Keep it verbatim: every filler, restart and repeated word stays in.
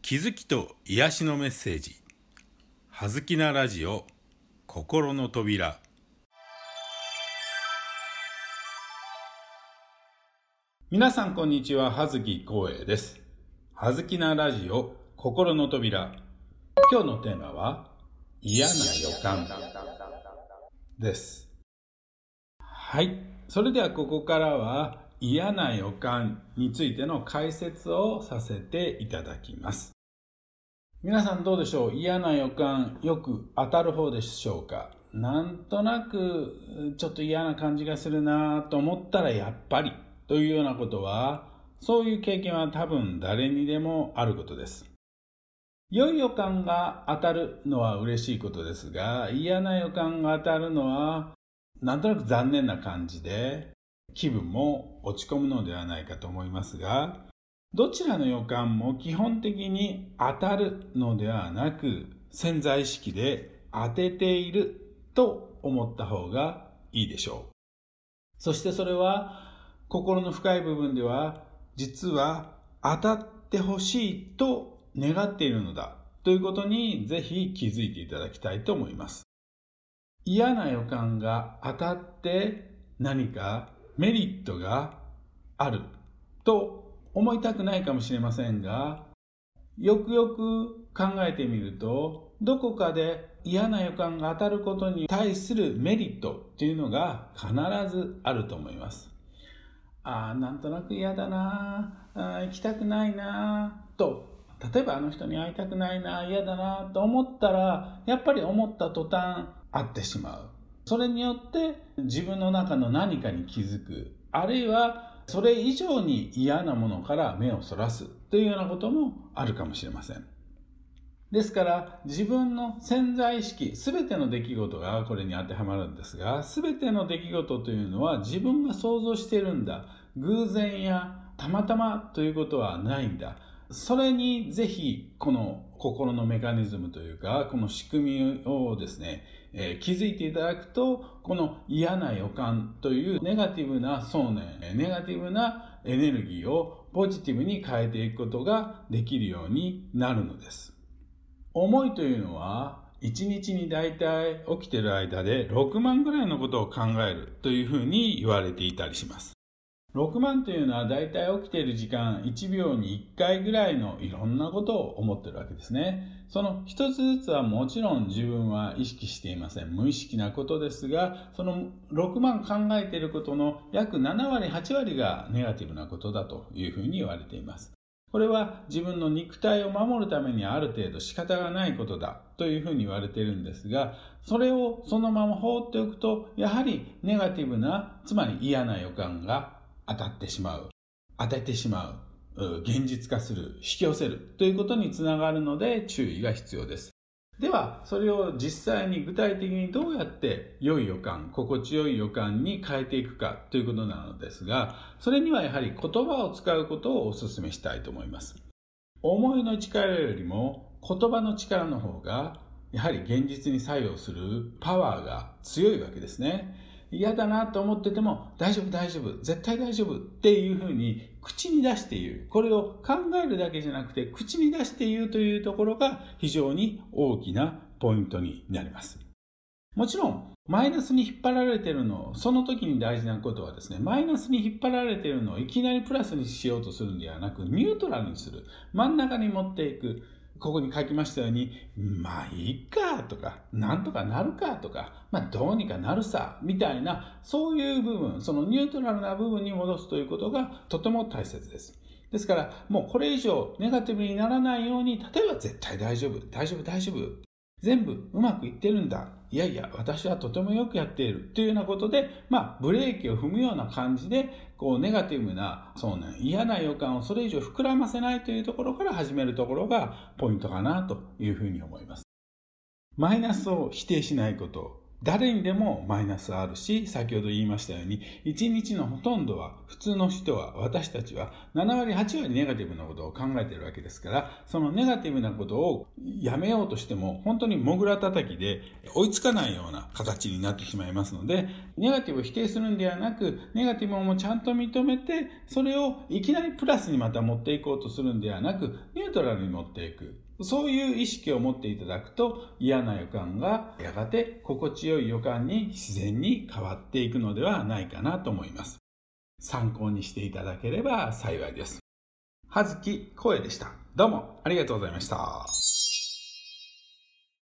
気づきと癒しのメッセージ、はずきなラジオ心の扉。皆さんこんにちは、葉月光栄です。はずきなラジオ心の扉。今日のテーマは嫌な予感です。はい、それではここからは嫌な予感についての解説をさせていただきます。皆さんどうでしょう？嫌な予感よく当たる方でしょうか？なんとなくちょっと嫌な感じがするなと思ったらやっぱりというようなことは、そういう経験は多分誰にでもあることです。良い予感が当たるのは嬉しいことですが、嫌な予感が当たるのはなんとなく残念な感じで気分も落ち込むのではないかと思いますが、どちらの予感も基本的に当たるのではなく、潜在意識で当てていると思った方がいいでしょう。そしてそれは心の深い部分では、実は当たってほしいと願っているのだということにぜひ気づいていただきたいと思います。嫌な予感が当たって何かメリットがあると思いたくないかもしれませんが、よくよく考えてみると、どこかで嫌な予感が当たることに対するメリットっていうのが必ずあると思います。ああ、なんとなく嫌だなあ、行きたくないなと、例えばあの人に会いたくないな、嫌だなと思ったら、やっぱり思った途端会ってしまう。それによって自分の中の何かに気づく、あるいはそれ以上に嫌なものから目をそらすというようなこともあるかもしれません。ですから自分の潜在意識、すべての出来事がこれに当てはまるんですが、すべての出来事というのは自分が想像しているんだ。偶然やたまたまということはないんだ。それにぜひこの心のメカニズムというか、この仕組みをですね、えー、気づいていただくと、この嫌な予感というネガティブな想念、ネガティブなエネルギーをポジティブに変えていくことができるようになるのです。思いというのは、いちにちにだいたい起きている間でろくまんぐらいのことを考えるというふうに言われていたりします。ろくまんというのはだいたい起きている時間いちびょうにいっかいぐらいのいろんなことを思っているわけですね。その一つずつはもちろん自分は意識していません。無意識なことですが、そのろくまん考えていることの約ななわりはちわりがネガティブなことだというふうに言われています。これは自分の肉体を守るためにある程度仕方がないことだというふうに言われているんですが、それをそのまま放っておくと、やはりネガティブな、つまり嫌な予感が当たってしまう、当ててしまう、現実化する、引き寄せるということにつながるので注意が必要です。では、それを実際に具体的にどうやって良い予感、心地よい予感に変えていくかということなのですが、それにはやはり言葉を使うことをお勧めしたいと思います。思いの力よりも言葉の力の方が、やはり現実に作用するパワーが強いわけですね。嫌だなと思ってても、大丈夫大丈夫、絶対大丈夫っていうふうに口に出して言う。これを考えるだけじゃなくて口に出して言うというところが非常に大きなポイントになります。もちろんマイナスに引っ張られているのを、その時に大事なことはですね、マイナスに引っ張られているのをいきなりプラスにしようとするのではなく、ニュートラルにする。真ん中に持っていく。ここに書きましたように、まあいいかとか、なんとかなるかとか、まあどうにかなるさ、みたいな、そういう部分、そのニュートラルな部分に戻すということがとても大切です。ですから、もうこれ以上ネガティブにならないように、例えば絶対大丈夫、大丈夫、大丈夫。全部うまくいってるんだ。いやいや、私はとてもよくやっている。というようなことで、まあ、ブレーキを踏むような感じで、こう、ネガティブな、そうね、嫌な予感をそれ以上膨らませないというところから始めるところがポイントかなというふうに思います。マイナスを否定しないこと、 誰にでもマイナスはあるし、先ほど言いましたように、一日のほとんどは、普通の人は、私たちはななわり、はちわりネガティブなことを考えているわけですから、そのネガティブなことをやめようとしても、本当にもぐら叩きで追いつかないような形になってしまいますので、ネガティブを否定するんではなく、ネガティブもちゃんと認めて、それをいきなりプラスにまた持っていこうとするんではなく、ニュートラルに持っていく。そういう意識を持っていただくと、嫌な予感がやがて心地よい予感に自然に変わっていくのではないかなと思います。参考にしていただければ幸いです。葉月光栄でした。どうもありがとうございました。